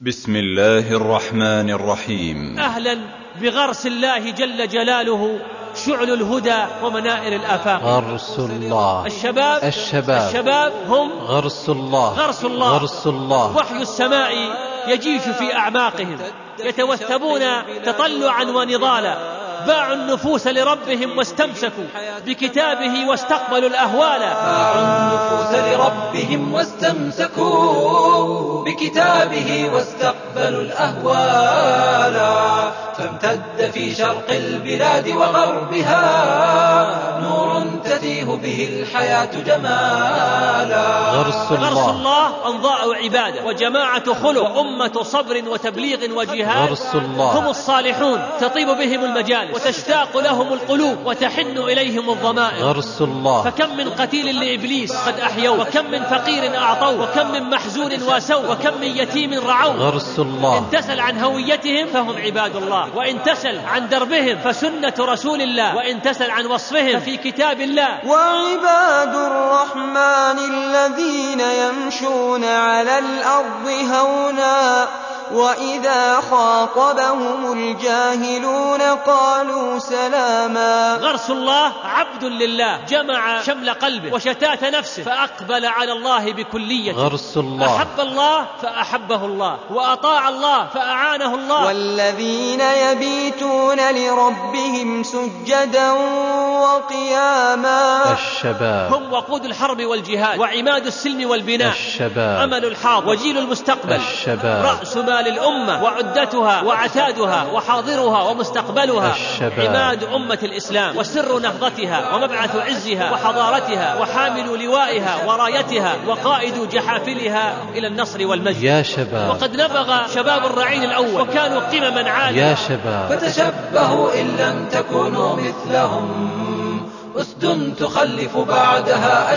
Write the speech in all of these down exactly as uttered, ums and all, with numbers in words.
بسم الله الرحمن الرحيم. أهلا بغرس الله جل جلاله شعل الهدى ومنائر الآفاق. غرس الله. الشباب الشباب الشباب هم غرس الله. غرس الله. غرس الله. وحي السماء يجيش في أعماقهم، يتوثبون تطلعا ونضالا، باعوا النفوس لربهم واستمسكوا بكتابه واستقبلوا الأهوال. باعوا النفوس لربهم واستمسكوا بكتابه واستقبلوا الأهوال. فامتد في شرق البلاد وغربها نور تتيه به الحياة جمالا. غرس الله. غرس الله أنضاء عبادة وجماعة خلق وأمة صبر وتبليغ وجهاد. غرس الله. هم الصالحون تطيب بهم المجالس وتشتاق لهم القلوب وتحن إليهم الضمائر. غرس الله. فكم من قتيل لإبليس قد أحيوا، وكم من فقير أعطوا، وكم من محزون واسوا، وكم من يتيم رعوا. غرس الله. إن تسل عن هويتهم فهم عباد الله، وإن تسل عن دربهم فسنة رسول الله، وإن تسل عن وصفهم ففي كتاب الله. وعباد الرحمن الذين يمشون على الأرض هونا وإذا خاطبهم الجاهلون قالوا سلاما. غرس الله عبد لله جمع شمل قلبه وشتات نفسه فأقبل على الله بكلية. غرس الله. أحب الله فأحبه الله، وأطاع الله فأعانه الله. والذين يبيتون لربهم سجدا وقياما. الشباب هم وقود الحرب والجهاد وعماد السلم والبناء. الشباب أمل الحاضر وجيل المستقبل. الشباب رأس مال الأمة وعدتها وعتادها وحاضرها ومستقبلها. الشباب عماد أمة الإسلام وسر نهضتها ومبعث عزها وحضارتها وحامل لوائها ورايتها وقائد جحافلها إلى النصر والمجد. يا شباب. وقد نبغ شباب الرعيل الأول وكانوا قمما عالية. يا شباب فتشبهوا إن لم تكونوا مثلهم، أسد تخلف بعدها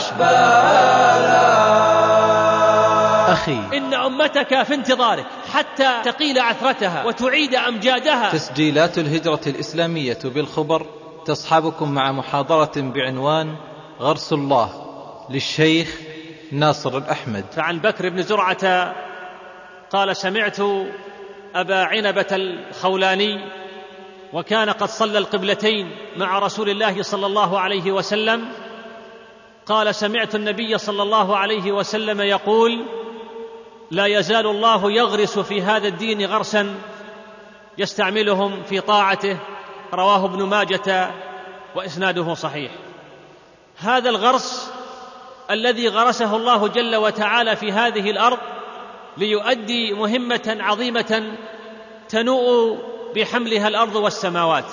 أشبالا. أخي إن أمتك في انتظارك حتى تقيل عثرتها وتعيد أمجادها. تسجيلات الهجرة الإسلامية بالخبر تصحبكم مع محاضرة بعنوان غرس الله للشيخ ناصر الأحمد. فعن بكر بن زرعة قال: سمعت أبا عنبة الخولاني وكان قد صلى القبلتين مع رسول الله صلى الله عليه وسلم، قال: سمعت النبي صلى الله عليه وسلم يقول: لا يزال الله يغرس في هذا الدين غرسا يستعملهم في طاعته. رواه ابن ماجة وإسناده صحيح. هذا الغرس الذي غرسه الله جل وتعالى في هذه الأرض ليؤدي مهمة عظيمة تنوء بحملها الأرض والسماوات.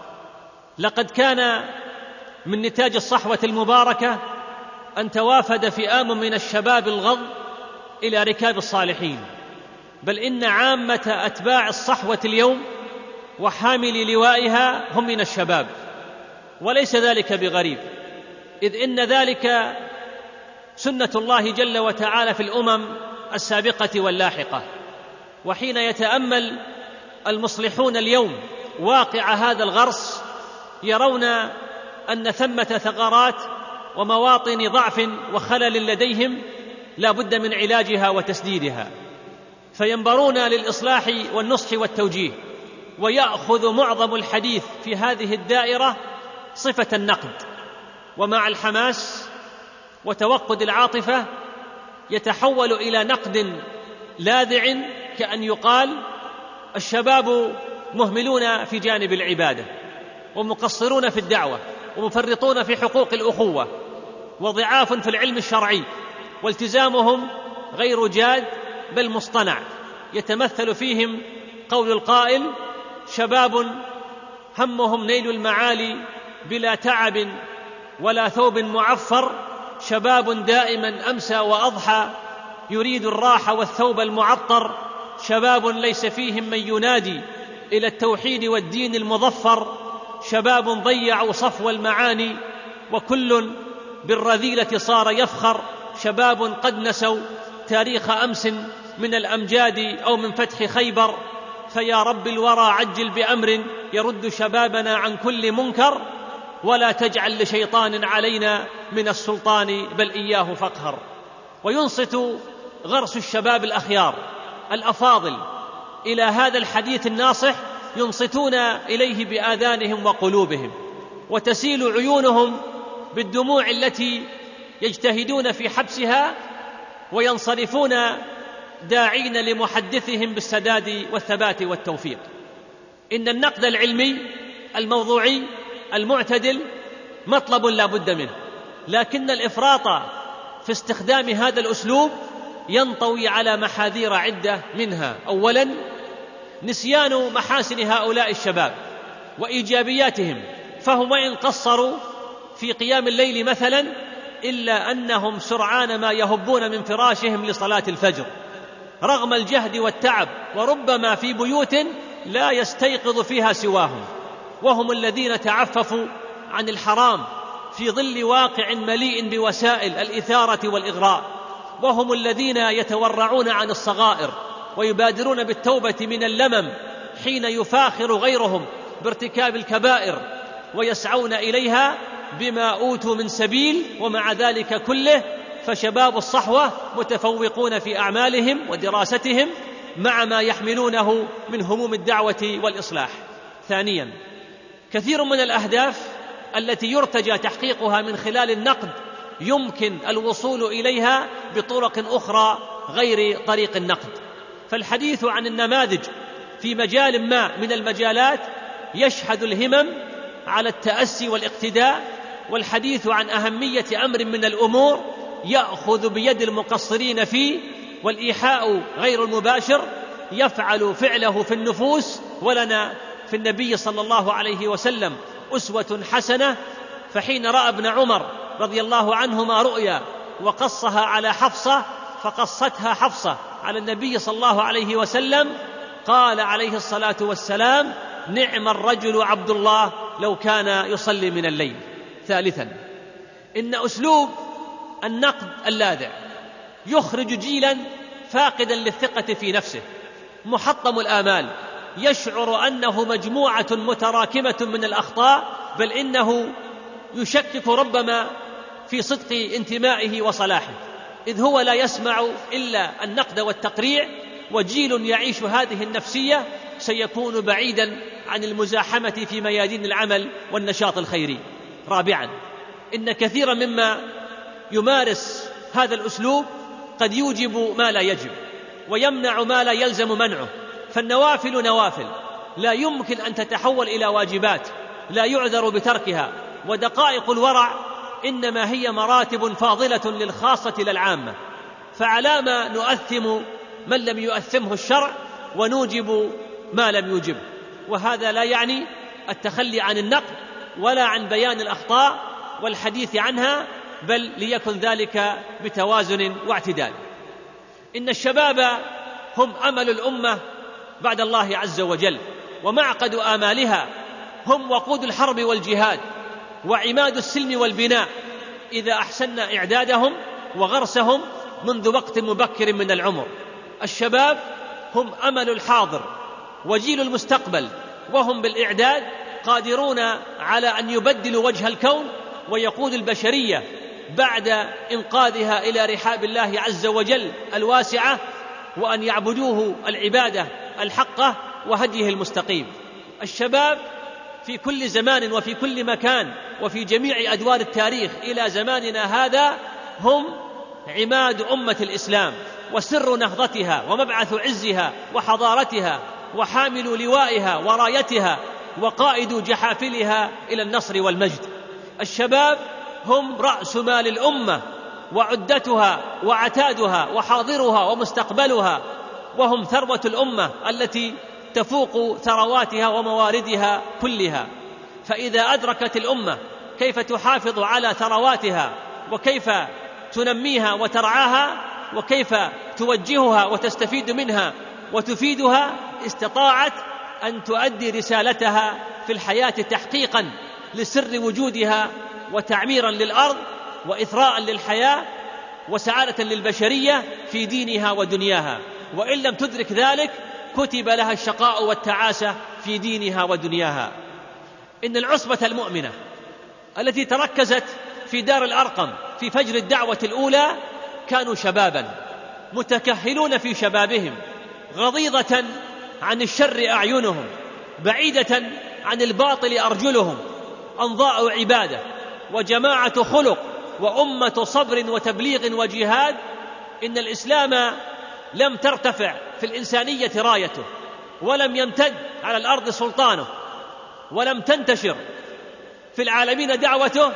لقد كان من نتاج الصحوة المباركة أن توافد فئام من الشباب الغض إلى ركاب الصالحين، بل إن عامة أتباع الصحوة اليوم وحامل لوائها هم من الشباب، وليس ذلك بغريب، إذ إن ذلك سنة الله جل وتعالى في الأمم السابقة واللاحقة. وحين يتأمل المصلحون اليوم واقع هذا الغرس يرون أن ثمة ثغرات ومواطن ضعف وخلل لديهم لا بد من علاجها وتسديدها، فينبرون للإصلاح والنصح والتوجيه. ويأخذ معظم الحديث في هذه الدائرة صفة النقد، ومع الحماس وتوقد العاطفة يتحول إلى نقد لاذع، كأن يقال: الشباب مهملون في جانب العبادة، ومقصرون في الدعوة، ومفرطون في حقوق الأخوة، وضعاف في العلم الشرعي، والتزامهم غير جاد بل مصطنع. يتمثل فيهم قول القائل: شباب همهم نيل المعالي بلا تعب ولا ثوب معفر، شباب دائما أمسى وأضحى يريد الراحة والثوب المعطر، شباب ليس فيهم من ينادي إلى التوحيد والدين المظفر، شباب ضيعوا صفو المعاني وكل بالرذيلة صار يفخر، شباب قد نسوا تاريخ أمس من الأمجاد أو من فتح خيبر، فيا رب الورى عجل بأمر يرد شبابنا عن كل منكر، ولا تجعل لشيطان علينا من السلطان بل إياه فاقهر. وينصت غرس الشباب الأخيار الأفاضل إلى هذا الحديث الناصح ينصتون إليه بآذانهم وقلوبهم، وتسيل عيونهم بالدموع التي يجتهدون في حبسها، وينصرفون داعين لمحدثهم بالسداد والثبات والتوفيق. إن النقد العلمي الموضوعي المعتدل مطلب لا بد منه، لكن الإفراط في استخدام هذا الأسلوب ينطوي على محاذير عدة، منها أولا نسيان محاسن هؤلاء الشباب وإيجابياتهم، فهم وإن قصروا في قيام الليل مثلا إلا أنهم سرعان ما يهبون من فراشهم لصلاة الفجر رغم الجهد والتعب، وربما في بيوت لا يستيقظ فيها سواهم، وهم الذين تعففوا عن الحرام في ظل واقع مليء بوسائل الإثارة والإغراء، وهم الذين يتورعون عن الصغائر ويبادرون بالتوبة من اللمم حين يفاخر غيرهم بارتكاب الكبائر ويسعون إليها بما أوتوا من سبيل. ومع ذلك كله فشباب الصحوة متفوقون في أعمالهم ودراستهم مع ما يحملونه من هموم الدعوة والإصلاح. ثانيا كثير من الأهداف التي يرتجى تحقيقها من خلال النقد يمكن الوصول إليها بطرق أخرى غير طريق النقد، فالحديث عن النماذج في مجال ما من المجالات يشهد الهمم على التأسي والاقتداء، والحديث عن أهمية أمر من الأمور يأخذ بيد المقصرين فيه، والإيحاء غير المباشر يفعل فعله في النفوس. ولنا في النبي صلى الله عليه وسلم أسوة حسنة، فحين رأى ابن عمر رضي الله عنهما رؤيا وقصها على حفصة فقصتها حفصة على النبي صلى الله عليه وسلم قال عليه الصلاة والسلام: نعم الرجل عبد الله لو كان يصلي من الليل. ثالثا إن أسلوب النقد اللاذع يخرج جيلا فاقدا للثقة في نفسه محطم الآمال، يشعر أنه مجموعة متراكمة من الأخطاء، بل إنه يشكك ربما في صدق انتمائه وصلاحه، إذ هو لا يسمع إلا النقد والتقريع. وجيل يعيش هذه النفسية سيكون بعيدا عن المزاحمة في ميادين العمل والنشاط الخيري. رابعا إن كثيرا مما يمارس هذا الأسلوب قد يوجب ما لا يجب ويمنع ما لا يلزم منعه، فالنوافل نوافل لا يمكن أن تتحول إلى واجبات لا يعذر بتركها، ودقائق الورع إنما هي مراتب فاضلة للخاصة للعامة، فعلامة نؤثم من لم يؤثمه الشرع ونوجب ما لم يوجبه. وهذا لا يعني التخلي عن النقد ولا عن بيان الأخطاء والحديث عنها، بل ليكن ذلك بتوازن واعتدال. إن الشباب هم أمل الأمة بعد الله عز وجل ومعقد آمالها، هم وقود الحرب والجهاد وعماد السلم والبناء إذا أحسننا إعدادهم وغرسهم منذ وقت مبكر من العمر. الشباب هم أمل الحاضر وجيل المستقبل، وهم بالإعداد قادرون على أن يبدلوا وجه الكون ويقود البشرية بعد إنقاذها إلى رحاب الله عز وجل الواسعة، وأن يعبدوه العبادة الحقة وهديه المستقيم. الشباب في كل زمان وفي كل مكان وفي جميع أدوار التاريخ إلى زماننا هذا هم عماد أمة الإسلام وسر نهضتها ومبعث عزها وحضارتها وحامل لوائها ورايتها وقائد جحافلها إلى النصر والمجد. الشباب هم رأس مال الأمة وعدتها وعتادها وحاضرها ومستقبلها، وهم ثروة الأمة التي تفوق ثرواتها ومواردها كلها. فإذا أدركت الأمة كيف تحافظ على ثرواتها وكيف تنميها وترعاها وكيف توجهها وتستفيد منها وتفيدها، استطاعت أن تؤدي رسالتها في الحياة تحقيقا لسر وجودها وتعميرا للأرض وإثراء للحياة وسعادة للبشرية في دينها ودنياها. وإن لم تدرك ذلك كتب لها الشقاء والتعاسة في دينها ودنياها. إن العصبة المؤمنة التي تركزت في دار الأرقم في فجر الدعوة الأولى كانوا شبابا متكهلون في شبابهم غضيضة عن الشر أعينهم، بعيدة عن الباطل أرجلهم، أنضاء عبادة وجماعة خلق وأمة صبر وتبليغ وجهاد. إن الإسلام لم ترتفع في الإنسانية رايته، ولم يمتد على الأرض سلطانه، ولم تنتشر في العالمين دعوته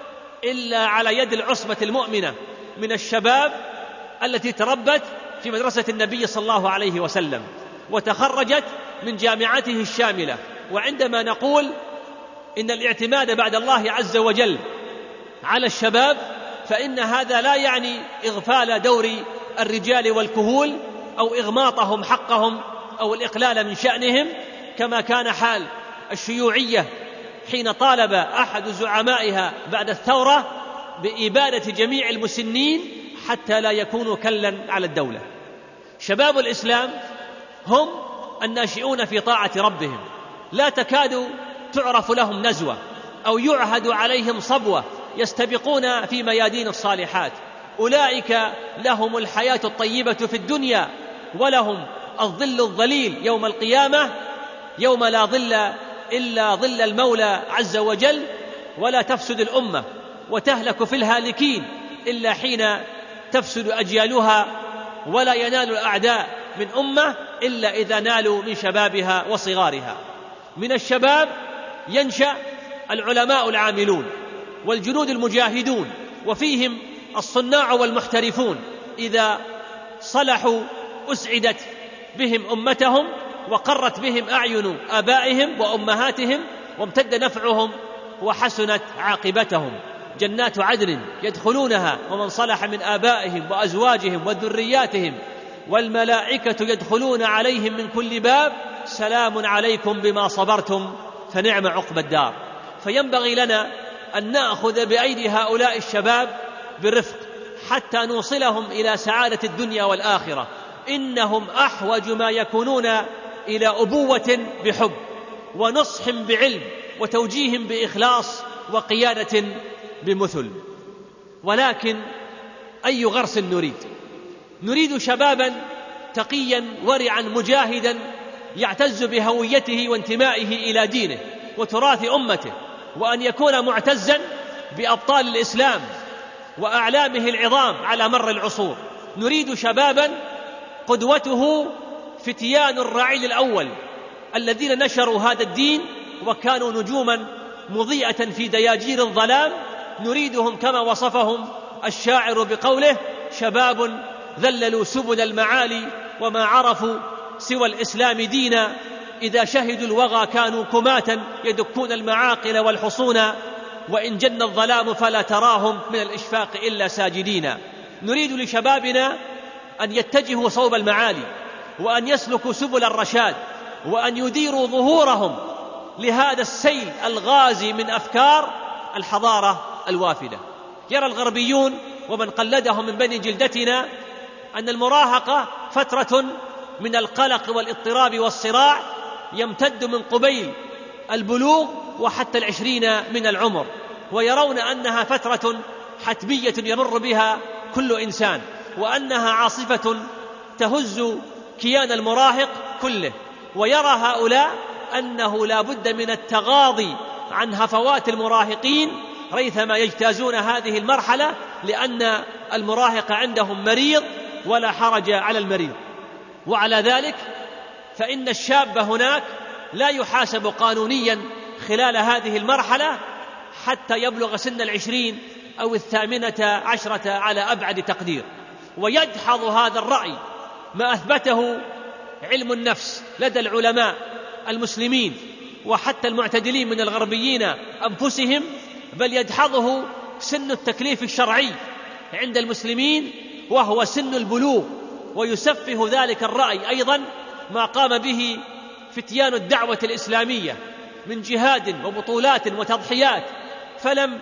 إلا على يد العصبة المؤمنة من الشباب التي تربت في مدرسة النبي صلى الله عليه وسلم وتخرجت من جامعته الشاملة. وعندما نقول إن الاعتماد بعد الله عز وجل على الشباب، فإن هذا لا يعني إغفال دور الرجال والكهول أو إغماطهم حقهم أو الإقلال من شأنهم، كما كان حال الشيوعية حين طالب أحد زعمائها بعد الثورة بإبادة جميع المسنين حتى لا يكونوا كلا على الدولة. شباب الإسلام هم الناشئون في طاعة ربهم، لا تكاد تعرف لهم نزوة أو يعهد عليهم صبوة، يستبقون في ميادين الصالحات. أولئك لهم الحياة الطيبة في الدنيا، ولهم الظل الظليل يوم القيامة، يوم لا ظل إلا ظل المولى عز وجل. ولا تفسد الأمة وتهلك في الهالكين إلا حين تفسد أجيالها، ولا ينال الأعداء من أمة إلا إذا نالوا من شبابها وصغارها. من الشباب ينشأ العلماء العاملون والجنود المجاهدون، وفيهم الصناع والمحترفون. إذا صلحوا أسعدت بهم أمتهم، وقرت بهم أعين آبائهم وأمهاتهم، وامتد نفعهم وحسنت عاقبتهم. جنات عدن يدخلونها ومن صلح من آبائهم وأزواجهم وذرياتهم، والملائكة يدخلون عليهم من كل باب، سلام عليكم بما صبرتم فنعم عقبى الدار. فينبغي لنا أن نأخذ بأيدي هؤلاء الشباب برفق حتى نوصلهم إلى سعادة الدنيا والآخرة. إنهم أحوج ما يكونون إلى أبوة بحب ونصح بعلم وتوجيه بإخلاص وقيادة بمثل. ولكن أي غرس نريد؟ نريد شبابا تقيا ورعا مجاهدا يعتز بهويته وانتمائه إلى دينه وتراث أمته، وأن يكون معتزا بأبطال الإسلام وأعلامه العظام على مر العصور. نريد شبابا قدوته فتيان الرعيل الأول الذين نشروا هذا الدين وكانوا نجوما مضيئة في دياجير الظلام. نريدهم كما وصفهم الشاعر بقوله: شباب ذللوا سبل المعالي وما عرفوا سوى الإسلام دينا، إذا شهدوا الوغى كانوا كماتا يدكون المعاقل والحصون، وإن جن الظلام فلا تراهم من الإشفاق إلا ساجدين. نريد لشبابنا أن يتجهوا صوب المعالي، وأن يسلكوا سبل الرشاد، وأن يديروا ظهورهم لهذا السيل الغازي من أفكار الحضارة الوافدة. يرى الغربيون ومن قلدهم من بني جلدتنا أن المراهقة فترة من القلق والاضطراب والصراع يمتد من قبيل البلوغ وحتى العشرين من العمر، ويرون أنها فترة حتمية يمر بها كل إنسان، وأنها عاصفة تهز كيان المراهق كله. ويرى هؤلاء أنه لا بد من التغاضي عن هفوات المراهقين ريثما يجتازون هذه المرحلة، لأن المراهق عندهم مريض ولا حرج على المريض. وعلى ذلك فإن الشاب هناك لا يحاسب قانونيا خلال هذه المرحلة حتى يبلغ سن العشرين أو الثامنة عشرة على أبعد تقدير. ويدحض هذا الرأي ما أثبته علم النفس لدى العلماء المسلمين وحتى المعتدلين من الغربيين أنفسهم، بل يدحضه سن التكليف الشرعي عند المسلمين وهو سن البلوغ. ويسفه ذلك الرأي أيضا ما قام به فتيان الدعوة الإسلامية من جهاد وبطولات وتضحيات، فلم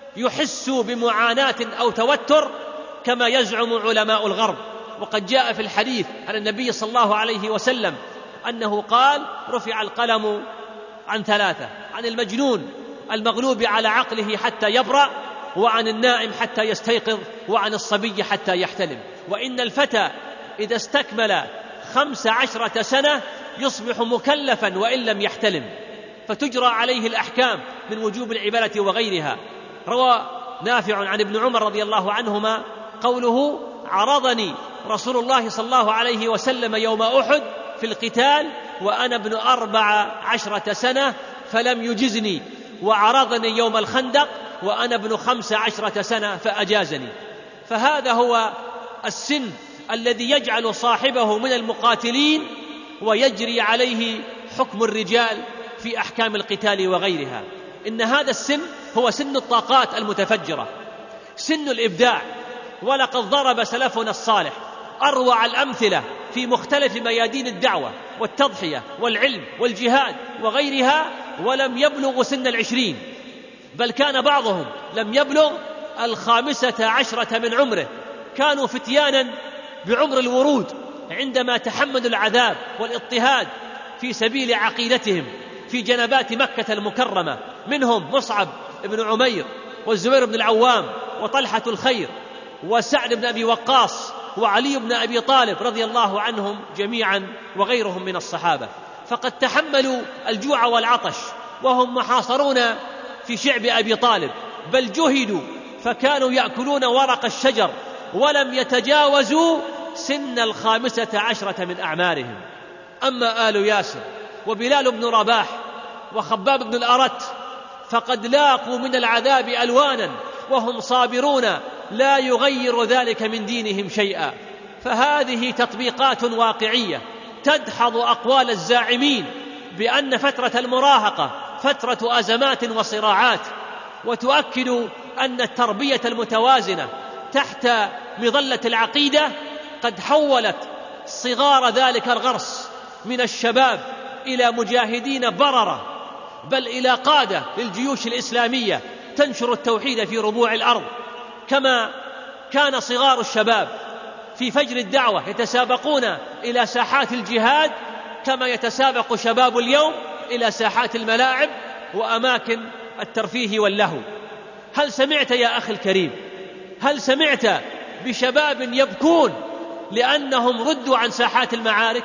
يحسوا بمعاناة أو توتر كما يزعم علماء الغرب. وقد جاء في الحديث عن النبي صلى الله عليه وسلم أنه قال: رفع القلم عن ثلاثة: عن المجنون المغلوب على عقله حتى يبرأ، وعن النائم حتى يستيقظ، وعن الصبي حتى يحتلم. وإن الفتى إذا استكمل خمس عشرة سنة يصبح مكلفا وإن لم يحتلم، فتجرى عليه الأحكام من وجوب العبادة وغيرها. روى نافع عن ابن عمر رضي الله عنهما قوله: عرضني رسول الله صلى الله عليه وسلم يوم أحد في القتال وأنا ابن أربع عشرة سنة فلم يجزني، وعرضني يوم الخندق وأنا ابن خمس عشرة سنة فأجازني. فهذا هو السن الذي يجعل صاحبه من المقاتلين ويجري عليه حكم الرجال في أحكام القتال وغيرها. إن هذا السن هو سن الطاقات المتفجرة، سن الإبداع. ولقد ضرب سلفنا الصالح أروع الأمثلة في مختلف ميادين الدعوة والتضحية والعلم والجهاد وغيرها، ولم يبلغ سن العشرين، بل كان بعضهم لم يبلغ الخامسة عشرة من عمره. كانوا فتيانا بعمر الورود عندما تحملوا العذاب والاضطهاد في سبيل عقيدتهم في جنبات مكة المكرمة، منهم مصعب بن عمير والزبير بن العوام وطلحة الخير وسعد بن أبي وقاص وعلي بن أبي طالب رضي الله عنهم جميعا وغيرهم من الصحابة. فقد تحملوا الجوع والعطش وهم محاصرون في شعب أبي طالب، بل جهدوا فكانوا يأكلون ورق الشجر ولم يتجاوزوا سن الخامسة عشرة من أعمارهم. أما آل ياسر وبلال بن رباح وخباب بن الأرت فقد لاقوا من العذاب ألوانا وهم صابرون، لا يغير ذلك من دينهم شيئا. فهذه تطبيقات واقعية تدحض أقوال الزاعمين بأن فترة المراهقة فترة أزمات وصراعات، وتؤكد أن التربية المتوازنة تحت مظلة العقيدة قد حولت صغار ذلك الغرس من الشباب إلى مجاهدين بررة، بل إلى قادة للجيوش الإسلامية تنشر التوحيد في ربوع الأرض. كما كان صغار الشباب في فجر الدعوة يتسابقون إلى ساحات الجهاد، كما يتسابق شباب اليوم إلى ساحات الملاعب وأماكن الترفيه واللهو. هل سمعت يا أخي الكريم، هل سمعت بشباب يبكون لأنهم ردوا عن ساحات المعارك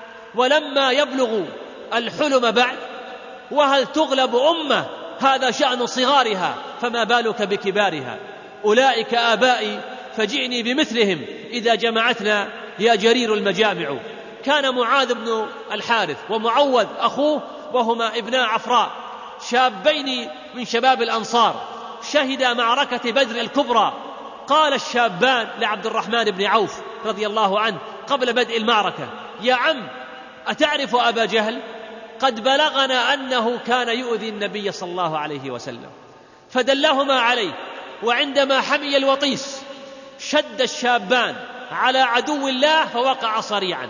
ولما يبلغوا الحلم بعد؟ وهل تغلب أمة هذا شأن صغارها، فما بالك بكبارها؟ أولئك آبائي فجئني بمثلهم إذا جمعتنا يا جرير المجامع. كان معاذ بن الحارث ومعوذ أخوه وهما ابناء عفراء، شابين من شباب الأنصار، شهدا معركة بدر الكبرى. قال الشابان لعبد الرحمن بن عوف رضي الله عنه قبل بدء المعركة: يا عم، أتعرف أبا جهل؟ قد بلغنا أنه كان يؤذي النبي صلى الله عليه وسلم. فدلهما عليه، وعندما حمي الوطيس شد الشابان على عدو الله فوقع صريعا،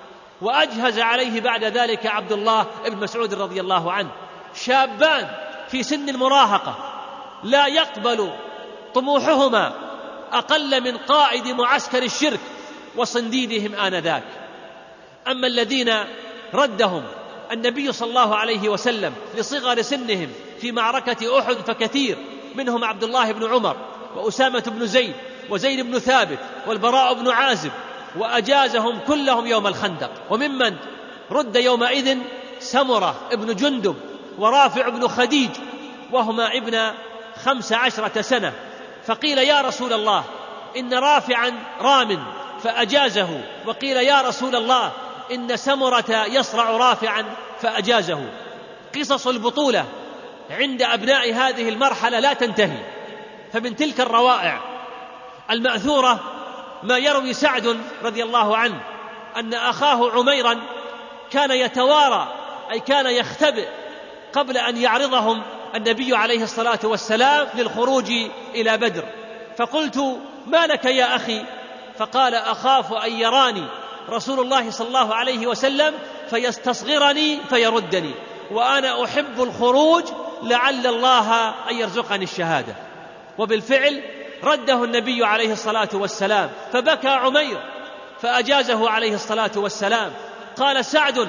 وأجهز عليه بعد ذلك عبد الله بن مسعود رضي الله عنه. شابان في سن المراهقة لا يقبل طموحهما أقل من قائد معسكر الشرك وصنديدهم آنذاك. أما الذين ردهم النبي صلى الله عليه وسلم لصغر سنهم في معركة أحد فكثير، منهم عبد الله بن عمر وأسامة بن زيد وزيد بن ثابت والبراء بن عازب، وأجازهم كلهم يوم الخندق. وممن رد يومئذ سمرة ابن جندب ورافع بن خديج، وهما ابن خمس عشرة سنة. فقيل: يا رسول الله، إن رافعا رام فأجازه، وقيل: يا رسول الله، إن سمرة يصرع رافعا فأجازه. قصص البطولة عند أبناء هذه المرحلة لا تنتهي. فمن تلك الروائع المأثورة ما يروي سعد رضي الله عنه أن أخاه عميرا كان يتوارى، أي كان يختبئ قبل أن يعرضهم النبي عليه الصلاة والسلام للخروج إلى بدر. فقلت: ما لك يا أخي؟ فقال: أخاف أن يراني رسول الله صلى الله عليه وسلم فيستصغرني فيردني، وأنا أحب الخروج لعل الله أن يرزقني الشهادة. وبالفعل رده النبي عليه الصلاة والسلام، فبكى عمير فأجازه عليه الصلاة والسلام. قال سعد: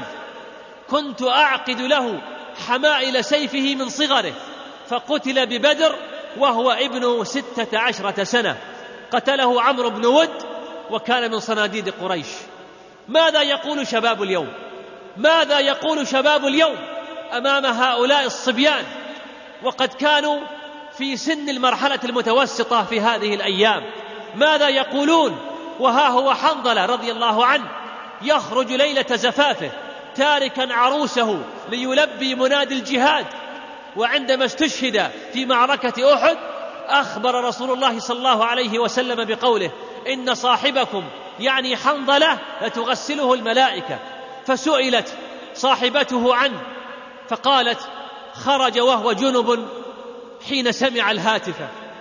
كنت أعقد له حمائل سيفه من صغره، فقتل ببدر وهو ابن ستة عشرة سنة، قتله عمرو بن ود وكان من صناديد قريش. ماذا يقول شباب اليوم؟ ماذا يقول شباب اليوم أمام هؤلاء الصبيان وقد كانوا في سن المرحلة المتوسطة في هذه الأيام؟ ماذا يقولون وها هو حنظلة رضي الله عنه يخرج ليلة زفافه تاركا عروسه ليلبي منادي الجهاد، وعندما استشهد في معركة أحد أخبر رسول الله صلى الله عليه وسلم بقوله: إن صاحبكم يعني حنظلة لتغسله الملائكة. فسئلت صاحبته عنه فقالت: خرج وهو جنب حين سمع الهاتف.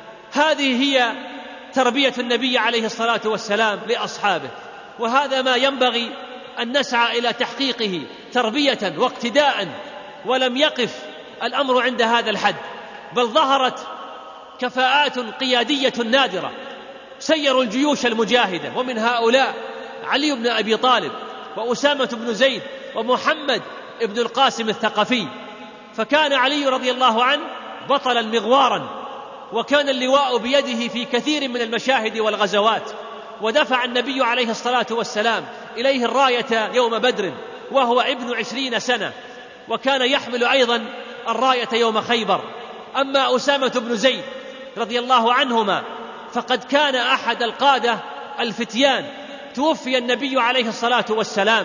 هذه هي تربية النبي عليه الصلاة والسلام لأصحابه، وهذا ما ينبغي أن نسعى إلى تحقيقه تربية واقتداء. ولم يقف الأمر عند هذا الحد، بل ظهرت كفاءات قيادية نادرة سيروا الجيوش المجاهدة، ومن هؤلاء علي بن أبي طالب وأسامة بن زيد ومحمد بن القاسم الثقفي. فكان علي رضي الله عنه بطلا مغوارا، وكان اللواء بيده في كثير من المشاهد والغزوات، ودفع النبي عليه الصلاة والسلام إليه الراية يوم بدر وهو ابن عشرين سنة، وكان يحمل أيضا الراية يوم خيبر. أما أسامة بن زيد رضي الله عنهما فقد كان أحد القادة الفتيان، توفي النبي عليه الصلاة والسلام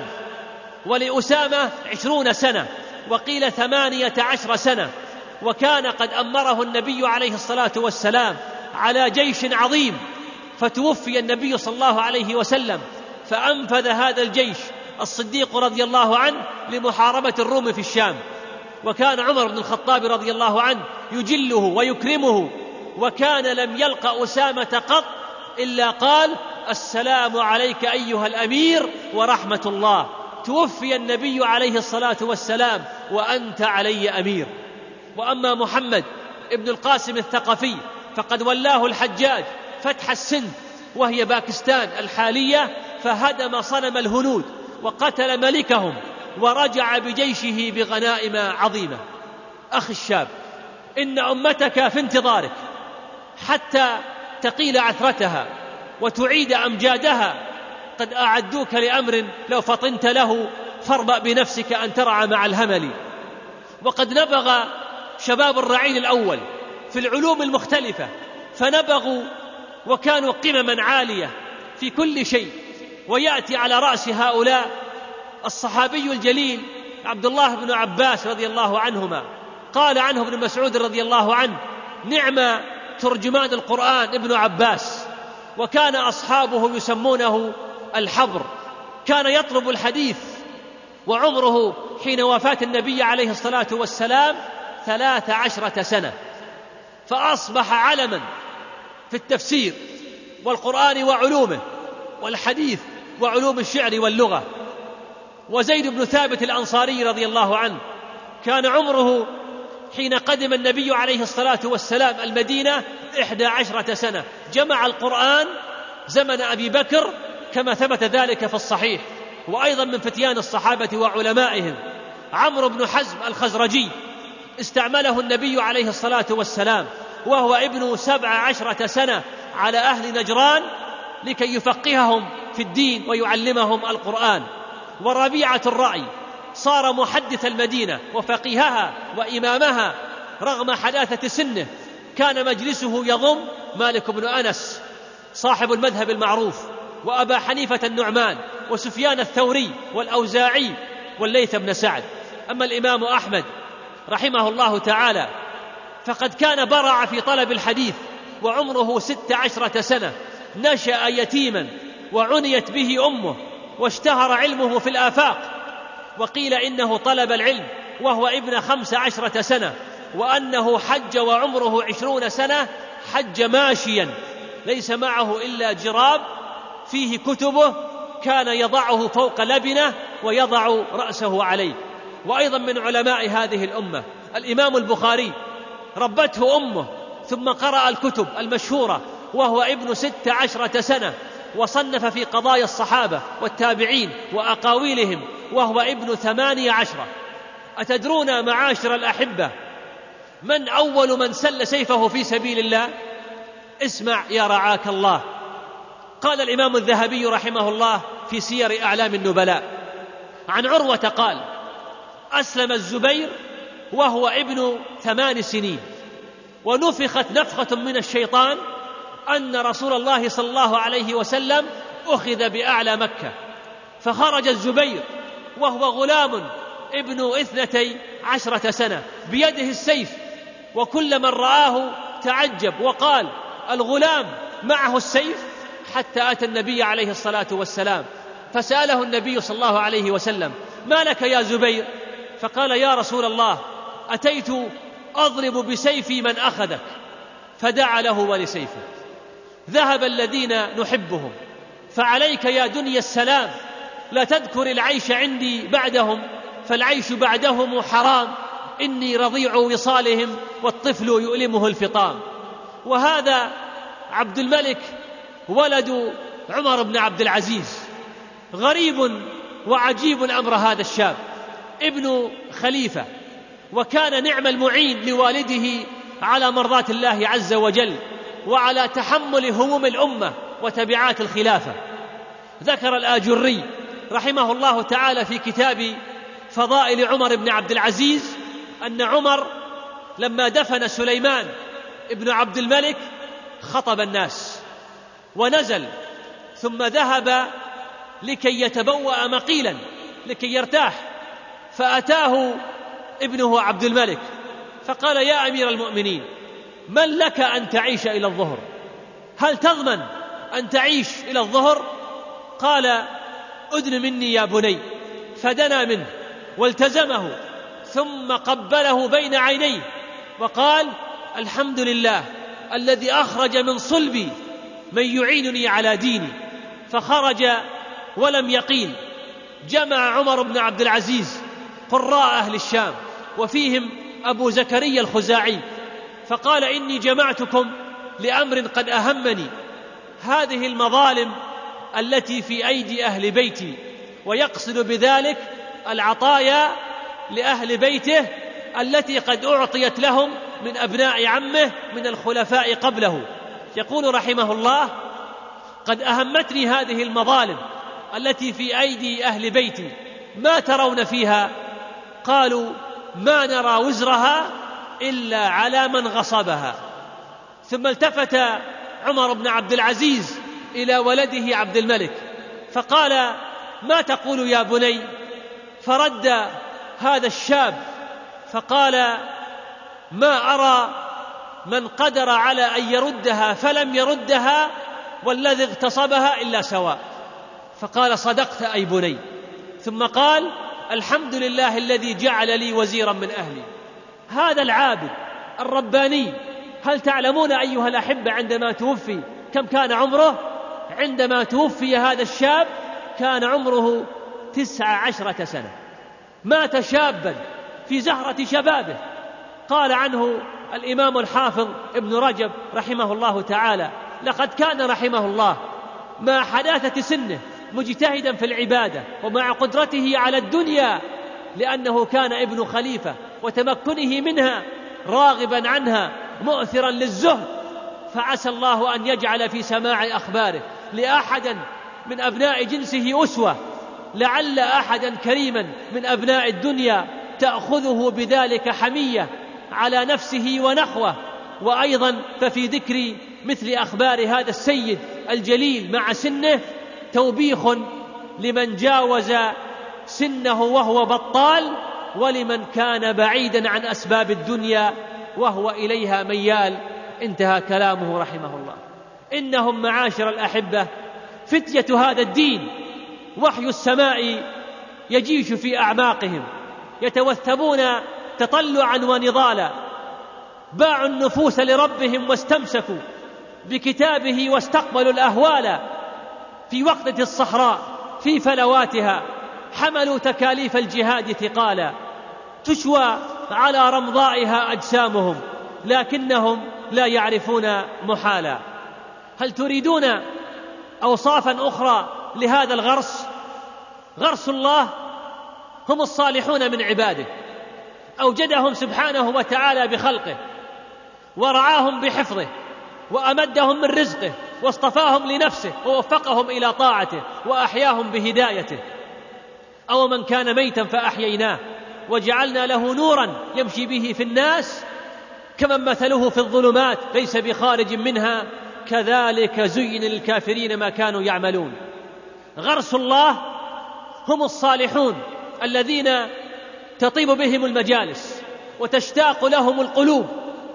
ولأسامة عشرون سنة وقيل ثمانية عشر سنة، وكان قد أمره النبي عليه الصلاة والسلام على جيش عظيم، فتوفي النبي صلى الله عليه وسلم فأنفذ هذا الجيش الصديق رضي الله عنه لمحاربة الروم في الشام. وكان عمر بن الخطاب رضي الله عنه يجله ويكرمه، وكان لم يلق أسامة قط إلا قال: السلام عليك أيها الأمير ورحمة الله. توفي النبي عليه الصلاة والسلام وأنت علي أمير. وأما محمد ابن القاسم الثقفي فقد ولاه الحجاج فتح السند وهي باكستان الحالية، فهدم صنم الهنود وقتل ملكهم ورجع بجيشه بغنائم عظيمة. أخي الشاب، إن أمتك في انتظارك حتى تقيل عثرتها وتعيد أمجادها. قد أعدوك لأمر لو فطنت له فاربأ بنفسك أن ترعى مع الهمل. وقد نبغ شباب الرعيل الأول في العلوم المختلفة، فنبغوا وكانوا قمما عالية في كل شيء. ويأتي على رأس هؤلاء الصحابي الجليل عبد الله بن عباس رضي الله عنهما. قال عنه ابن مسعود رضي الله عنه: نعم ترجمان القرآن ابن عباس. وكان أصحابه يسمونه الحبر، كان يطلب الحديث، وعمره حين وفاة النبي عليه الصلاة والسلام ثلاث عشرة سنة، فأصبح علما في التفسير والقرآن وعلومه والحديث وعلوم الشعر واللغة. وزيد بن ثابت الأنصاري رضي الله عنه كان عمره حين قدم النبي عليه الصلاة والسلام المدينة إحدى عشرة سنة، جمع القرآن زمن أبي بكر كما ثبت ذلك في الصحيح. وأيضا من فتيان الصحابة وعلمائهم عمرو بن حزم الخزرجي، استعمله النبي عليه الصلاة والسلام وهو ابن سبع عشرة سنة على أهل نجران لكي يفقههم في الدين ويعلمهم القرآن. وربيعة الرأي صار محدث المدينة وفقيهها وإمامها رغم حداثة سنه. كان مجلسه يضم مالك بن أنس صاحب المذهب المعروف، وأبا حنيفة النعمان، وسفيان الثوري، والأوزاعي، والليث بن سعد. أما الإمام أحمد رحمه الله تعالى فقد كان برع في طلب الحديث وعمره ست عشرة سنة، نشأ يتيما وعنيت به أمه، واشتهر علمه في الآفاق. وقيل إنه طلب العلم وهو ابن خمس عشرة سنة، وأنه حج وعمره عشرون سنة، حج ماشيا ليس معه إلا جراب فيه كتبه كان يضعه فوق لبنة ويضع رأسه عليه. وأيضا من علماء هذه الأمة الإمام البخاري، ربته أمه ثم قرأ الكتب المشهورة وهو ابن ست عشرة سنة، وصنف في قضايا الصحابة والتابعين وأقاويلهم وهو ابن ثمانية عشرة. أتدرون معاشر الأحبة من أول من سل سيفه في سبيل الله؟ اسمع يا رعاك الله. قال الإمام الذهبي رحمه الله في سير أعلام النبلاء عن عروة قال: أسلم الزبير وهو ابن ثمان سنين، ونفخت نفخة من الشيطان أن رسول الله صلى الله عليه وسلم أخذ بأعلى مكة، فخرج الزبير وهو غلام ابن اثنتي عشرة سنة بيده السيف، وكل من رآه تعجب وقال: الغلام معه السيف، حتى أتى النبي عليه الصلاة والسلام فسأله النبي صلى الله عليه وسلم: ما لك يا زبير؟ فقال: يا رسول الله، أتيت أضرب بسيفي من أخذك. فدعا له ولسيفه. ذهب الذين نحبهم، فعليك يا دنيا السلام، لا تذكر العيش عندي بعدهم، فالعيش بعدهم حرام، إني رضيع وصالهم والطفل يؤلمه الفطام. وهذا عبد الملك ولد عمر بن عبد العزيز، غريب وعجيب أمر هذا الشاب، ابن خليفة، وكان نعم المعين لوالده على مرضاة الله عز وجل وعلى تحمل هموم الأمة وتبعات الخلافة. ذكر الآجري رحمه الله تعالى في كتاب فضائل عمر بن عبد العزيز أن عمر لما دفن سليمان ابن عبد الملك خطب الناس ونزل، ثم ذهب لكي يتبوأ مقيلا لكي يرتاح، فأتاه ابنه عبد الملك فقال: يا أمير المؤمنين، من لك أن تعيش إلى الظهر؟ هل تضمن أن تعيش إلى الظهر؟ قال: أدن مني يا بني. فدنا منه والتزمه ثم قبله بين عينيه وقال: الحمد لله الذي أخرج من صلبي من يعينني على ديني. فخرج ولم يقيل. جمع عمر بن عبد العزيز قراء أهل الشام وفيهم أبو زكريا الخزاعي، فقال: إني جمعتكم لأمر قد أهمني، هذه المظالم التي في أيدي أهل بيتي، ويقصد بذلك العطايا لأهل بيته التي قد أعطيت لهم من أبناء عمه من الخلفاء قبله. يقول رحمه الله: قد أهمتني هذه المظالم التي في أيدي أهل بيتي، ما ترون فيها؟ قالوا: ما نرى وزرها إلا على من غصبها. ثم التفت عمر بن عبد العزيز إلى ولده عبد الملك فقال: ما تقول يا بني؟ فرد هذا الشاب فقال: ما أرى من قدر على أن يردها فلم يردها والذي اغتصبها إلا سواء. فقال: صدقت أي بني. ثم قال: الحمد لله الذي جعل لي وزيرا من أهلي. هذا العابد الرباني، هل تعلمون أيها الأحبة عندما توفي كم كان عمره؟ عندما توفي هذا الشاب كان عمره تسع عشرة سنة، مات شابا في زهرة شبابه. قال عنه الإمام الحافظ ابن رجب رحمه الله تعالى: لقد كان رحمه الله مع حداثة سنه مجتهدا في العبادة ومع قدرته على الدنيا، لأنه كان ابن خليفة وتمكنه منها راغبا عنها مؤثرا للزهد، فعسى الله أن يجعل في سماع أخباره لأحد من أبناء جنسه أسوة، لعل أحدا كريما من أبناء الدنيا تأخذه بذلك حمية على نفسه ونخوة. وأيضا ففي ذكر مثل أخبار هذا السيد الجليل مع سنه توبيخ لمن جاوز سنه وهو بطال، ولمن كان بعيدا عن أسباب الدنيا وهو إليها ميال. انتهى كلامه رحمه الله. إنهم معاشر الأحبة فتية هذا الدين، وحي السماء يجيش في أعماقهم، يتوثبون تطلعا ونضالا، باعوا النفوس لربهم واستمسكوا بكتابه واستقبلوا الأهوال في وقتة الصحراء في فلواتها، حملوا تكاليف الجهاد ثقالا، تشوى على رمضائها أجسامهم لكنهم لا يعرفون محالا. هل تريدون أوصافا أخرى لهذا الغرس؟ غرس الله هم الصالحون من عباده، أوجدهم سبحانه وتعالى بخلقه ورعاهم بحفظه وأمدهم من رزقه واصطفاهم لنفسه ووفقهم إلى طاعته وأحياهم بهدايته. أو من كان ميتا فأحييناه وجعلنا له نورا يمشي به في الناس كمن مثله في الظلمات ليس بخارج منها كذلك زين للكافرين ما كانوا يعملون. غرس الله هم الصالحون الذين تطيب بهم المجالس وتشتاق لهم القلوب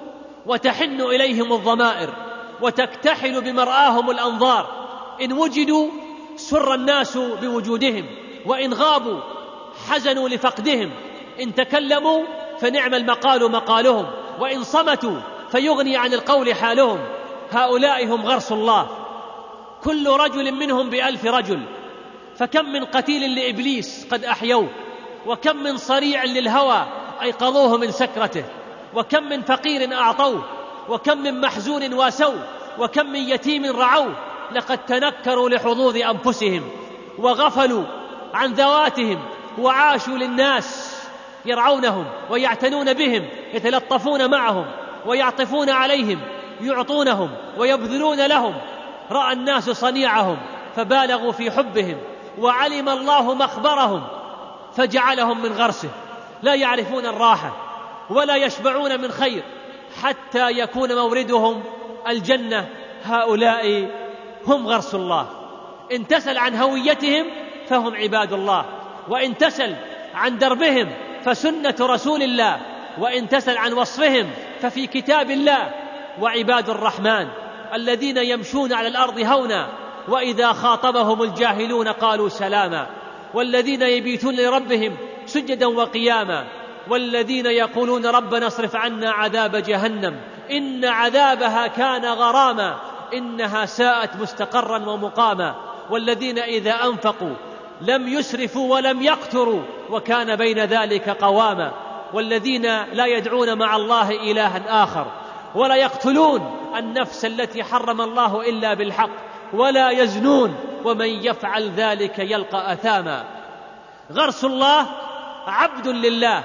وتحن إليهم الضمائر وتكتحل بمرآهم الأنظار. إن وجدوا سر الناس بوجودهم، وإن غابوا حزنوا لفقدهم، إن تكلموا فنعم المقال مقالهم، وإن صمتوا فيغني عن القول حالهم. هؤلاء هم غرس الله، كل رجل منهم بألف رجل، فكم من قتيل لإبليس قد أحيوه، وكم من صريع للهوى أيقظوه من سكرته، وكم من فقير أعطوه، وكم من محزون واسوه، وكم من يتيم رعوه. لقد تنكروا لحظوظ أنفسهم وغفلوا عن ذواتهم وعاشوا للناس، يرعونهم ويعتنون بهم، يتلطفون معهم ويعطفون عليهم، يعطونهم ويبذلون لهم. رأى الناس صنيعهم فبالغوا في حبهم، وعلم الله مخبرهم فجعلهم من غرسه. لا يعرفون الراحة ولا يشبعون من خير حتى يكون موردهم الجنة. هؤلاء هم غرس الله. إن تسل عن هويتهم فهم عباد الله، وإن تسل عن دربهم فسنة رسول الله، وإن تسل عن وصفهم ففي كتاب الله. وعباد الرحمن الذين يمشون على الأرض هونا وإذا خاطبهم الجاهلون قالوا سلاما، والذين يبيتون لربهم سجدا وقياما، والذين يقولون ربنا اصرف عنا عذاب جهنم إن عذابها كان غراما إنها ساءت مستقرا ومقاما، والذين إذا أنفقوا لم يسرفوا ولم يقتروا وكان بين ذلك قواما، والذين لا يدعون مع الله إلها آخر، ولا يقتلون النفس التي حرم الله إلا بالحق، ولا يزنون ومن يفعل ذلك يلقى أثاما. غرس الله عبد لله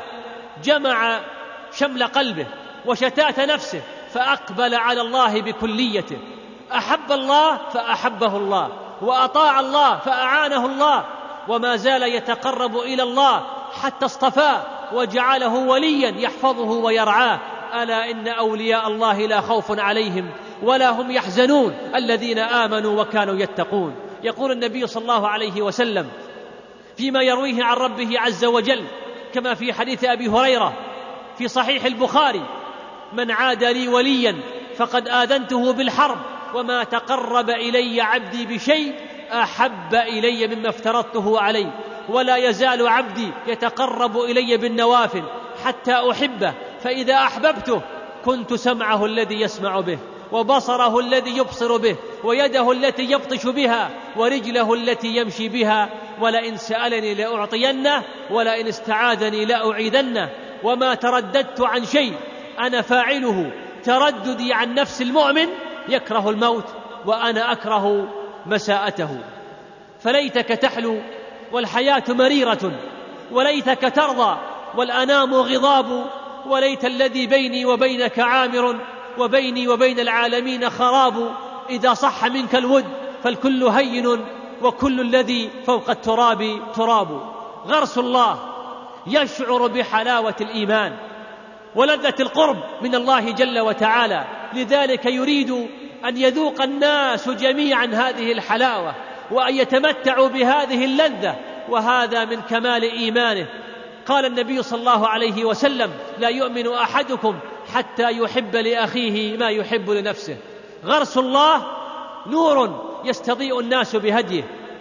جمع شمل قلبه وشتات نفسه فأقبل على الله بكليته، أحب الله فأحبه الله، وأطاع الله فأعانه الله، وما زال يتقرب إلى الله حتى اصطفاه وجعله وليا يحفظه ويرعاه. ألا إن أولياء الله لا خوف عليهم ولا هم يحزنون الذين آمنوا وكانوا يتقون. يقول النبي صلى الله عليه وسلم فيما يرويه عن ربه عز وجل كما في حديث أبي هريرة في صحيح البخاري: من عاد لي وليا فقد آذنته بالحرب، وما تقرب إلي عبدي بشيء أحب إلي مما افترضته عليه، ولا يزال عبدي يتقرب إلي بالنوافل حتى أحبه، فإذا أحببته كنت سمعه الذي يسمع به، وبصره الذي يبصر به، ويده التي يبطش بها، ورجله التي يمشي بها، ولئن سألني لأعطينه ولئن استعاذني لأعيذنه. وما ترددت عن شيء أنا فاعله ترددي عن نفس المؤمن يكره الموت وأنا أكره مساءته. فليتك تحلو والحياة مريرة، وليتك ترضى والأنام غضاب، وليت الذي بيني وبينك عامر، وبيني وبين العالمين خراب. إذا صح منك الود فالكل هين، وكل الذي فوق التراب تراب. غرس الله يشعر بحلاوة الإيمان ولذة القرب من الله جل وتعالى، لذلك يريد أن يذوق الناس جميعا هذه الحلاوة وأن يتمتعوا بهذه اللذة، وهذا من كمال إيمانه. قال النبي صلى الله عليه وسلم: لا يؤمن أحدكم حتى يحب لأخيه ما يحب لنفسه. غرس الله نور يستضيء الناس بهديه،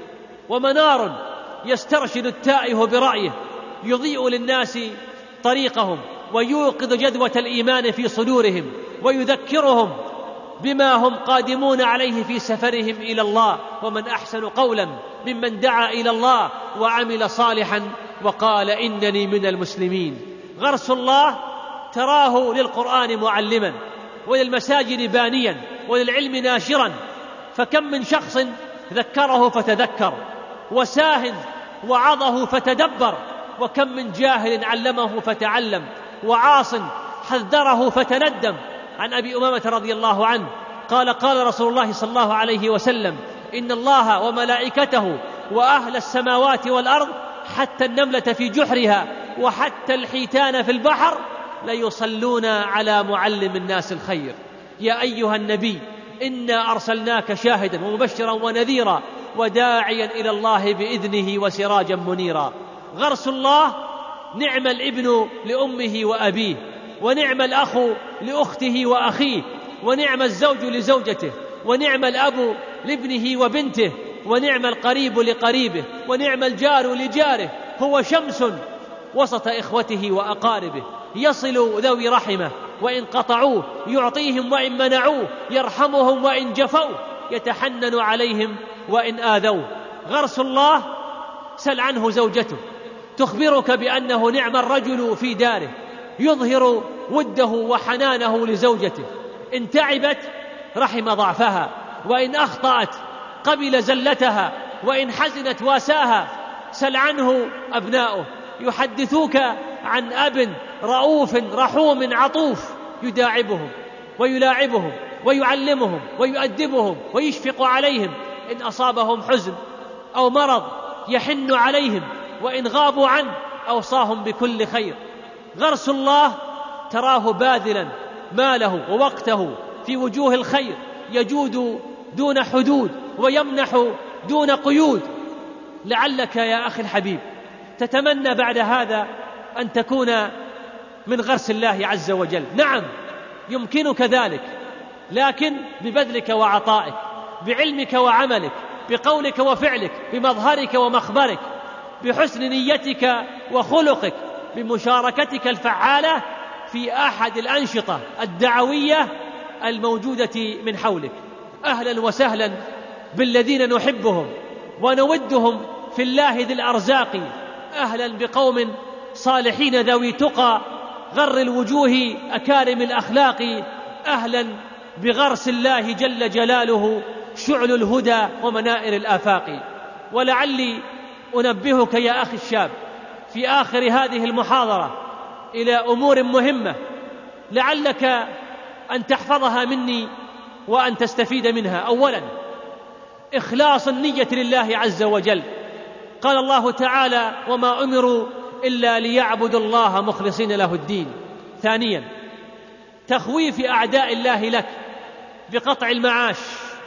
ومنار يسترشد التائه برأيه، يضيء للناس طريقهم ويوقظ جدوة الإيمان في صدورهم، ويذكرهم بما هم قادمون عليه في سفرهم إلى الله. ومن أحسن قولا ممن دعا إلى الله وعمل صالحا وقال إنني من المسلمين. غرس الله تراه للقرآن معلما، وللمساجد بانيا، وللعلم ناشرا، فكم من شخص ذكره فتذكر، وساه وعظه فتدبر، وكم من جاهل علمه فتعلم، وعاص حذره فتندم. عن أبي أمامة رضي الله عنه قال قال رسول الله صلى الله عليه وسلم: إن الله وملائكته وأهل السماوات والأرض حتى النملة في جحرها وحتى الحيتان في البحر ليصلون على معلم الناس الخير. يا أيها النبي إنا أرسلناك شاهدا ومبشرا ونذيرا وداعيا إلى الله بإذنه وسراجا منيرا. غرس الله نعم الابن لأمه وأبيه، ونعم الأخ لأخته وأخيه، ونعم الزوج لزوجته، ونعم الأب لابنه وبنته، ونعم القريب لقريبه، ونعم الجار لجاره. هو شمس وسط إخوته وأقاربه، يصل ذوي رحمه وإن قطعوه، يعطيهم وإن منعوه، يرحمهم وإن جفوه، يتحنن عليهم وإن آذوه. غرس الله سل عنه زوجته تخبرك بأنه نعم الرجل في داره، يظهر وده وحنانه لزوجته، إن تعبت رحم ضعفها، وإن أخطأت قبل زلتها، وإن حزنت واساها. سل عنه أبناؤه يحدثوك عن أب رؤوف رحوم عطوف، يداعبهم ويلاعبهم ويعلمهم ويؤدبهم ويشفق عليهم، إن أصابهم حزن أو مرض يحن عليهم، وإن غابوا عنه أوصاهم بكل خير. غرس الله تراه باذلا ماله ووقته في وجوه الخير، يجود دون حدود ويمنح دون قيود. لعلك يا أخي الحبيب تتمنى بعد هذا أن تكون من غرس الله عز وجل. نعم يمكنك ذلك، لكن ببذلك وعطائك، بعلمك وعملك، بقولك وفعلك، بمظهرك ومخبرك، بحسن نيتك وخلقك، بمشاركتك الفعالة في أحد الأنشطة الدعوية الموجودة من حولك. أهلا وسهلا بالذين نحبهم ونودهم في الله ذي الأرزاق. أهلا بقوم صالحين ذوي تقى غر الوجوه أكارم الأخلاق. أهلا بغرس الله جل جلاله شعل الهدى ومنائر الآفاق. ولعلي أنبهك يا أخي الشاب في آخر هذه المحاضرة إلى أمور مهمة لعلك أن تحفظها مني وأن تستفيد منها. أولا إخلاص النية لله عز وجل. قال الله تعالى: وما أمروا إلا ليعبدوا الله مخلصين له الدين. ثانيا تخويف أعداء الله لك بقطع المعاش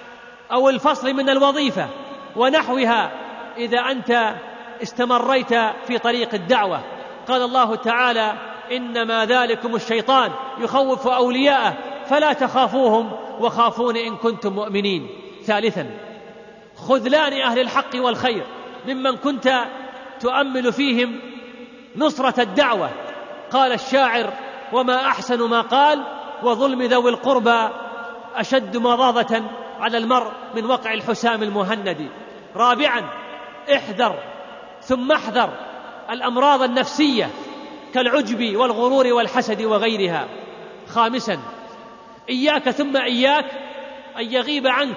أو الفصل من الوظيفة ونحوها إذا أنت استمريت في طريق الدعوة. قال الله تعالى: إنما ذلكم الشيطان يخوف أولياءه فلا تخافوهم وخافون إن كنتم مؤمنين. ثالثا خذلان أهل الحق والخير ممن كنت تؤمل فيهم نصرة الدعوة. قال الشاعر: وما أحسن ما قال وظلم ذوي القربى أشد مضاضة على المرء من وقع الحسام المهند. رابعا احذر ثم احذر الأمراض النفسية كالعجب والغرور والحسد وغيرها. خامسا إياك ثم إياك أن يغيب عنك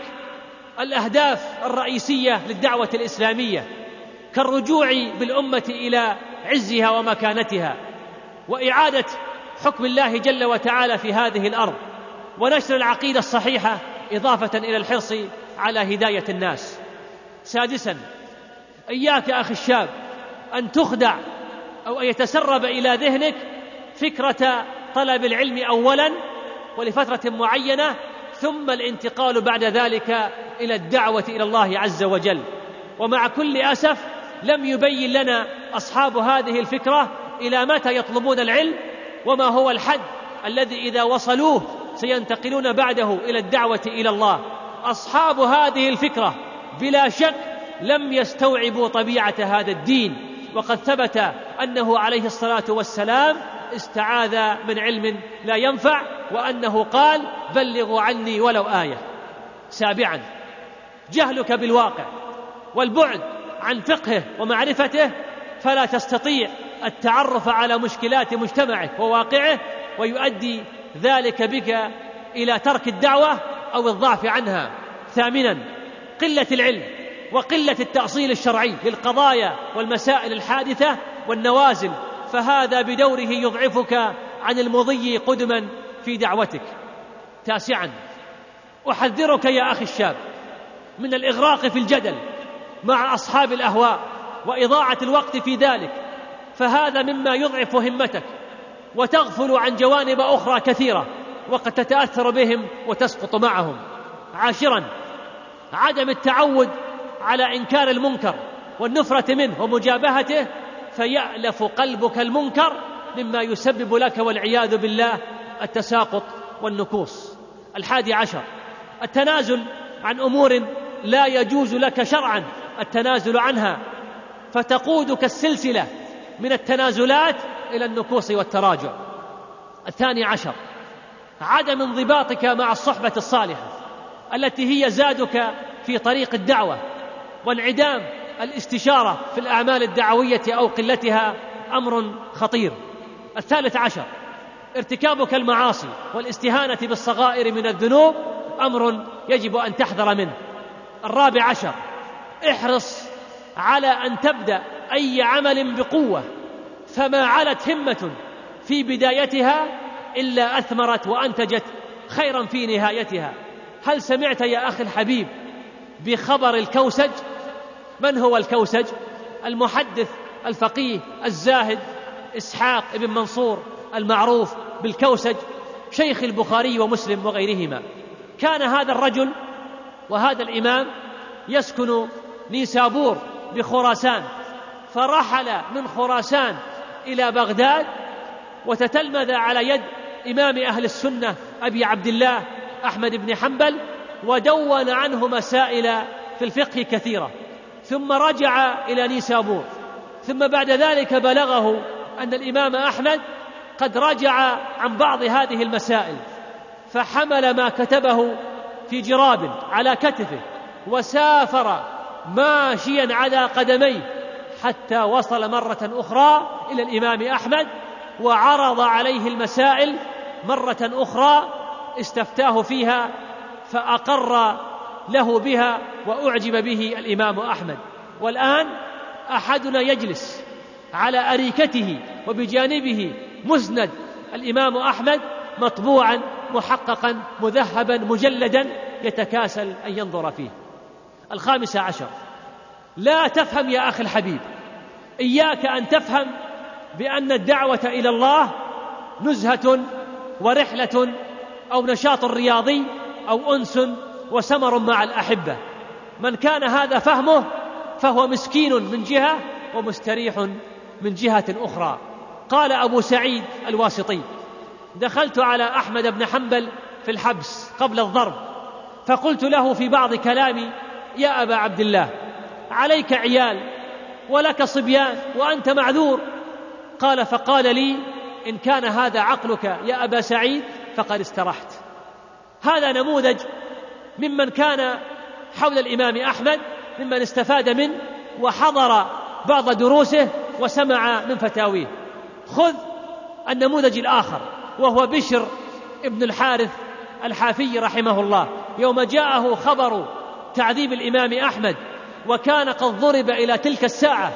الأهداف الرئيسية للدعوة الإسلامية كالرجوع بالأمة إلى عزها ومكانتها، وإعادة حكم الله جل وتعالى في هذه الأرض، ونشر العقيدة الصحيحة إضافة إلى الحرص على هداية الناس. سادسا إياك أخي الشاب أن تخدع أو أن يتسرب إلى ذهنك فكرة طلب العلم أولا ولفترة معينة ثم الانتقال بعد ذلك إلى الدعوة إلى الله عز وجل. ومع كل أسف لم يبين لنا أصحاب هذه الفكرة إلى متى يطلبون العلم وما هو الحد الذي إذا وصلوه سينتقلون بعده إلى الدعوة إلى الله. أصحاب هذه الفكرة بلا شك لم يستوعبوا طبيعة هذا الدين، وقد ثبت أنه عليه الصلاة والسلام استعاذ من علم لا ينفع، وأنه قال: بلغوا عني ولو آية. سابعا جهلك بالواقع والبعد عن فقهه ومعرفته، فلا تستطيع التعرف على مشكلات مجتمعك وواقعه، ويؤدي ذلك بك إلى ترك الدعوة أو الضعف عنها. ثامنا قلة العلم وقلة التأصيل الشرعي للقضايا والمسائل الحادثة والنوازل، فهذا بدوره يضعفك عن المضي قدما في دعوتك. تاسعا أحذرك يا أخي الشاب من الإغراق في الجدل مع أصحاب الأهواء وإضاعة الوقت في ذلك، فهذا مما يضعف همتك وتغفل عن جوانب أخرى كثيرة وقد تتأثر بهم وتسقط معهم. عاشرا، عدم التعود على إنكار المنكر والنفرة منه ومجابهته، فيألف قلبك المنكر مما يسبب لك والعياذ بالله التساقط والنكوص. الحادي عشر، التنازل عن أمور لا يجوز لك شرعا التنازل عنها، فتقودك السلسلة من التنازلات إلى النكوص والتراجع. الثاني عشر، عدم انضباطك مع الصحبة الصالحة التي هي زادك في طريق الدعوة، وانعدام الاستشارة في الأعمال الدعوية أو قلتها أمر خطير. الثالث عشر، ارتكابك المعاصي والاستهانة بالصغائر من الذنوب أمر يجب أن تحذر منه. الرابع عشر، احرص على أن تبدأ أي عمل بقوة، فما علت همة في بدايتها إلا أثمرت وأنتجت خيرا في نهايتها. هل سمعت يا أخي الحبيب بخبر الكوسج؟ من هو الكوسج؟ المحدث الفقيه الزاهد إسحاق بن منصور المعروف بالكوسج، شيخ البخاري ومسلم وغيرهما. كان هذا الرجل وهذا الإمام يسكن نيسابور بخراسان، فرحل من خراسان إلى بغداد وتتلمذ على يد إمام أهل السنة أبي عبد الله أحمد بن حنبل، ودون عنه مسائل في الفقه كثيرة، ثم رجع إلى نيسابور، ثم بعد ذلك بلغه أن الإمام أحمد قد رجع عن بعض هذه المسائل، فحمل ما كتبه في جراب على كتفه وسافر ماشيا على قدميه حتى وصل مرة أخرى إلى الإمام أحمد وعرض عليه المسائل مرة أخرى استفتاه فيها فأقر له بها وأعجب به الإمام أحمد. والآن أحدنا يجلس على أريكته وبجانبه مسند الإمام أحمد مطبوعا محققا مذهبا مجلدا يتكاسل أن ينظر فيه. الخامس عشر، لا تفهم يا أخي الحبيب، إياك أن تفهم بأن الدعوة إلى الله نزهة ورحلة أو نشاط رياضي أو أنس وسمر مع الأحبة. من كان هذا فهمه فهو مسكين من جهة ومستريح من جهة أخرى. قال أبو سعيد الواسطي: دخلت على أحمد بن حنبل في الحبس قبل الضرب، فقلت له في بعض كلامي: يا أبا عبد الله، عليك عيال ولك صبيان وأنت معذور. قال فقال لي: إن كان هذا عقلك يا أبا سعيد فقد استرحت. هذا نموذج ممن كان حول الإمام أحمد، ممن استفاد منه وحضر بعض دروسه وسمع من فتاويه. خذ النموذج الآخر وهو بشر ابن الحارث الحافي رحمه الله، يوم جاءه خبر تعذيب الإمام أحمد وكان قد ضرب إلى تلك الساعة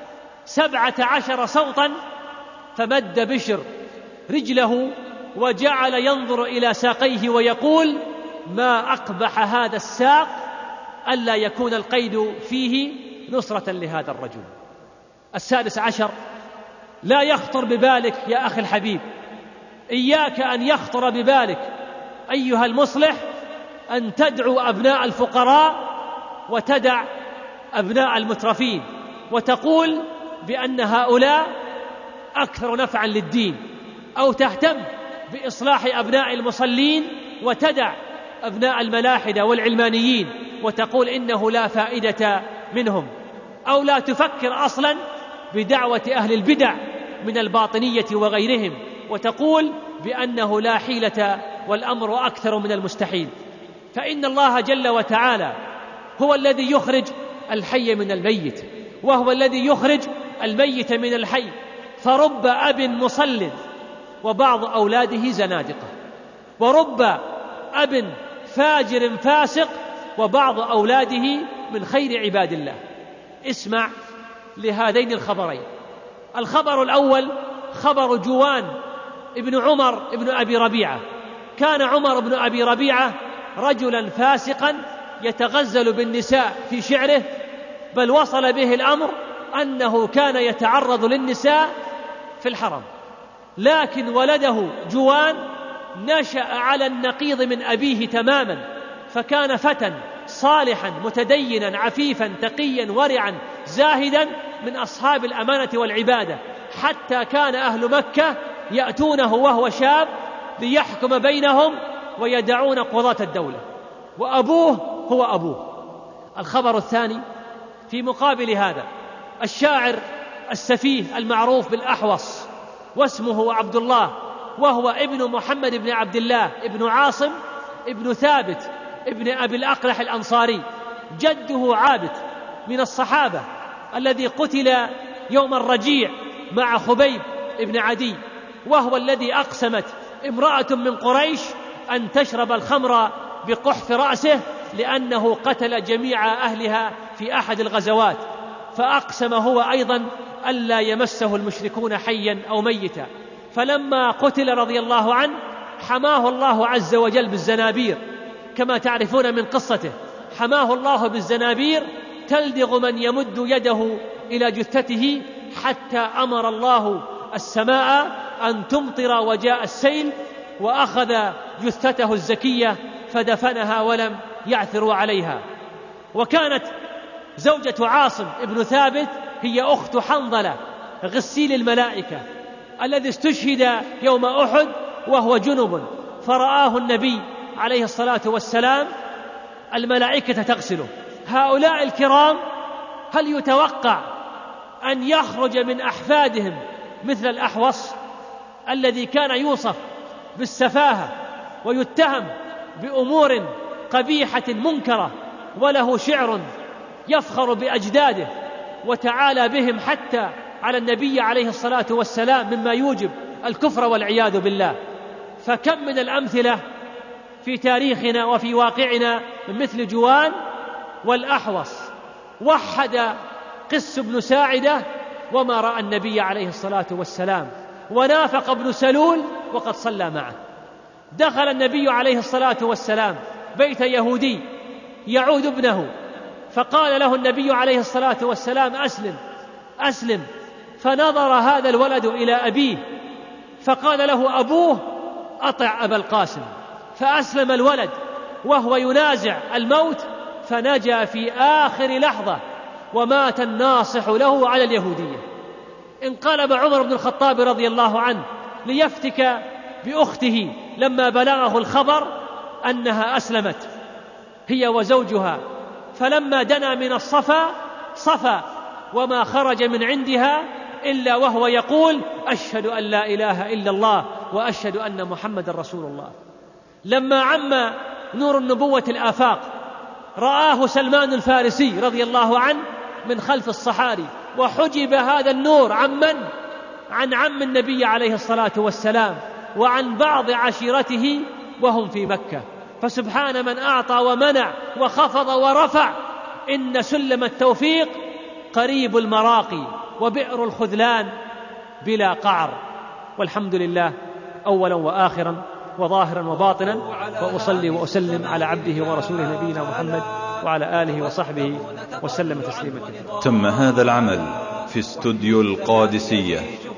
سبعة عشر صوتا، فمد بشر رجله وجعل ينظر إلى ساقيه ويقول: ما أقبح هذا الساق ألا يكون القيد فيه نصرة لهذا الرجل. السادس عشر، لا يخطر ببالك يا أخي الحبيب، إياك أن يخطر ببالك أيها المصلح أن تدعو أبناء الفقراء وتدع أبناء المترفين، وتقول بأن هؤلاء أكثر نفعا للدين، أو تهتم بإصلاح أبناء المصلين وتدع أبناء الملاحدة والعلمانيين وتقول إنه لا فائدة منهم، أو لا تفكر أصلا بدعوة أهل البدع من الباطنية وغيرهم وتقول بأنه لا حيلة والأمر أكثر من المستحيل. فإن الله جل وتعالى هو الذي يخرج الحي من الميت، وهو الذي يخرج الميت من الحي. فرب أب مصل وبعض أولاده زنادقة، ورب أب فاجر فاسق وبعض أولاده من خير عباد الله. اسمع لهذين الخبرين. الخبر الأول خبر جوان ابن عمر ابن أبي ربيعة. كان عمر بن أبي ربيعة رجلا فاسقا يتغزل بالنساء في شعره، بل وصل به الأمر أنه كان يتعرض للنساء في الحرم. لكن ولده جوان نشأ على النقيض من أبيه تماما، فكان فتى صالحا متدينا عفيفا تقيا ورعا زاهدا من أصحاب الأمانة والعبادة، حتى كان أهل مكة يأتونه وهو شاب ليحكم بينهم ويدعون قضاة الدولة، وأبوه هو أبوه. الخبر الثاني في مقابل هذا، الشاعر السفيه المعروف بالأحوص واسمه عبد الله، وهو ابن محمد بن عبد الله ابن عاصم ابن ثابت ابن أبي الأقلح الأنصاري، جده عابد من الصحابة الذي قتل يوم الرجيع مع خبيب ابن عدي، وهو الذي أقسمت امرأة من قريش أن تشرب الخمر بقحف رأسه لأنه قتل جميع أهلها في أحد الغزوات، فأقسم هو أيضا ألا يمسه المشركون حيا أو ميتا. فلما قتل رضي الله عنه حماه الله عز وجل بالزنابير، كما تعرفون من قصته، حماه الله بالزنابير تلدغ من يمد يده إلى جثته، حتى أمر الله السماء أن تمطر وجاء السيل، وأخذ جثته الزكية فدفنها ولم يعثروا عليها. وكانت زوجة عاصم ابن ثابت هي أخت حنظلة غسيل الملائكة الذي استشهد يوم أحد وهو جنب، فرآه النبي عليه الصلاة والسلام الملائكة تغسله. هؤلاء الكرام هل يتوقع أن يخرج من أحفادهم مثل الأحوص الذي كان يوصف بالسفاهة ويتهم بأمور قبيحة منكرة، وله شعر يفخر بأجداده وتعالى بهم حتى على النبي عليه الصلاة والسلام، مما يوجب الكفر والعياذ بالله؟ فكم من الأمثلة في تاريخنا وفي واقعنا من مثل جوان والأحوص. وحد قس بن ساعدة وما رأى النبي عليه الصلاة والسلام، ونافق ابن سلول وقد صلى معه. دخل النبي عليه الصلاة والسلام بيت يهودي يعود ابنه، فقال له النبي عليه الصلاة والسلام أسلم أسلم، فنظر هذا الولد إلى أبيه فقال له أبوه أطع أبا القاسم، فأسلم الولد وهو ينازع الموت، فنجا في آخر لحظة ومات الناصح له على اليهودية. انقلب عمر بن الخطاب رضي الله عنه ليفتك بأخته لما بلغه الخبر أنها أسلمت هي وزوجها، فلما دنا من الصفا صفا وما خرج من عندها إلا وهو يقول أشهد أن لا إله إلا الله وأشهد أن محمد رسول الله. لما عم نور النبوة الآفاق رآه سلمان الفارسي رضي الله عنه من خلف الصحاري، وحجب هذا النور عن من؟ عن عم النبي عليه الصلاة والسلام وعن بعض عشيرته وهم في مكة. فسبحان من أعطى ومنع وخفض ورفع، إن سلم التوفيق قريب المراقي وبئر الخذلان بلا قعر. والحمد لله أولا وآخرا وظاهرا وباطنا، وأصلي وأسلم على عبده ورسوله نبينا محمد وعلى آله وصحبه وسلم تسليما كثيرا. تم هذا العمل في استوديو القادسية